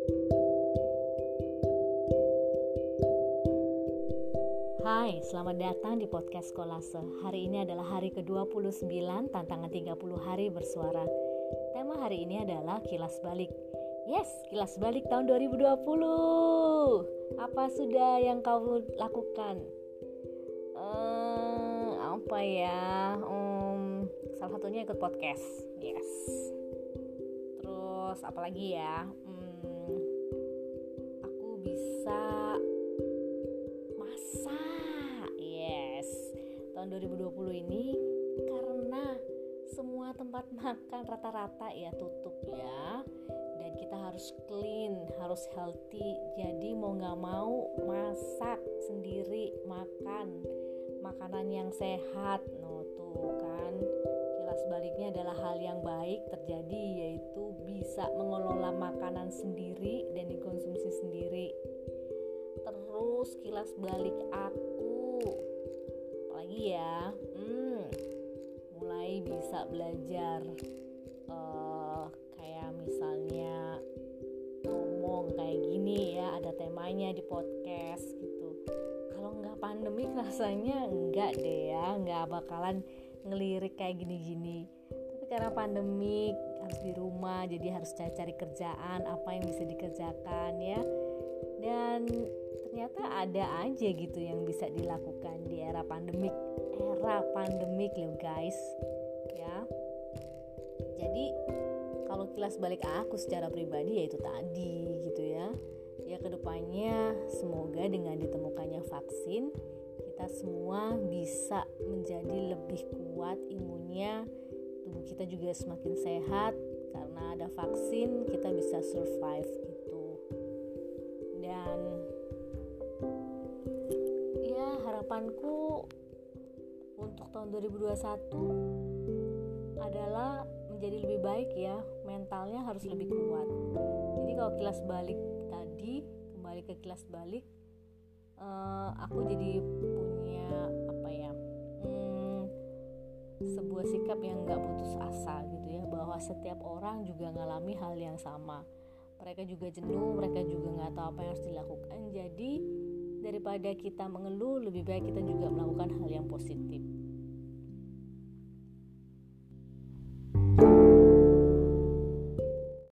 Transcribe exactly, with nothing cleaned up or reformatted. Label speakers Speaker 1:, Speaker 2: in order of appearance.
Speaker 1: Hai, selamat datang di podcast Kolase. Hari ini adalah hari ke dua puluh sembilan tantangan tiga puluh hari bersuara. Tema hari ini adalah kilas balik. Yes, kilas balik tahun dua ribu dua puluh. Apa sudah yang kau lakukan? Uh, apa ya? Um, salah satunya ikut podcast. Yes. Terus apa lagi ya? Hmm, aku bisa masak. Yes. Tahun dua ribu dua puluh ini karena semua tempat makan rata-rata ya tutup ya. Dan kita harus clean, harus healthy. Jadi mau gak mau masak sendiri, makan makanan yang sehat. No tuh kan, kilas baliknya adalah hal yang baik terjadi, yaitu bisa mengelola makanan sendiri dan dikonsumsi sendiri. Terus kilas balik aku apalagi ya, hmm, mulai bisa belajar uh, kayak misalnya ngomong kayak gini ya, ada temanya di podcast gitu. Kalau nggak pandemi rasanya enggak deh ya, nggak bakalan ngelirik kayak gini-gini. Tapi karena pandemi harus di rumah, jadi harus cari-cari kerjaan apa yang bisa dikerjakan ya. Dan ternyata ada aja gitu yang bisa dilakukan di era pandemik, era pandemik loh guys ya. Jadi kalau kilas balik aku secara pribadi ya itu tadi gitu ya. Ya kedepannya semoga dengan ditemukannya vaksin kita semua bisa menjadi lebih kuat imunnya, tubuh kita juga semakin sehat karena ada vaksin kita bisa survive gitu. Dan ya harapanku untuk tahun dua ribu dua puluh satu adalah menjadi lebih baik ya, mentalnya harus lebih kuat. Jadi kalau kilas balik tadi, kembali ke kilas balik, uh, aku jadi punya apa ya, hmm, sebuah sikap yang gak putus asa gitu ya, bahwa setiap orang juga ngalami hal yang sama. Mereka juga jenuh, mereka juga gak tahu apa yang harus dilakukan. Jadi daripada kita mengeluh, lebih baik kita juga melakukan hal yang positif.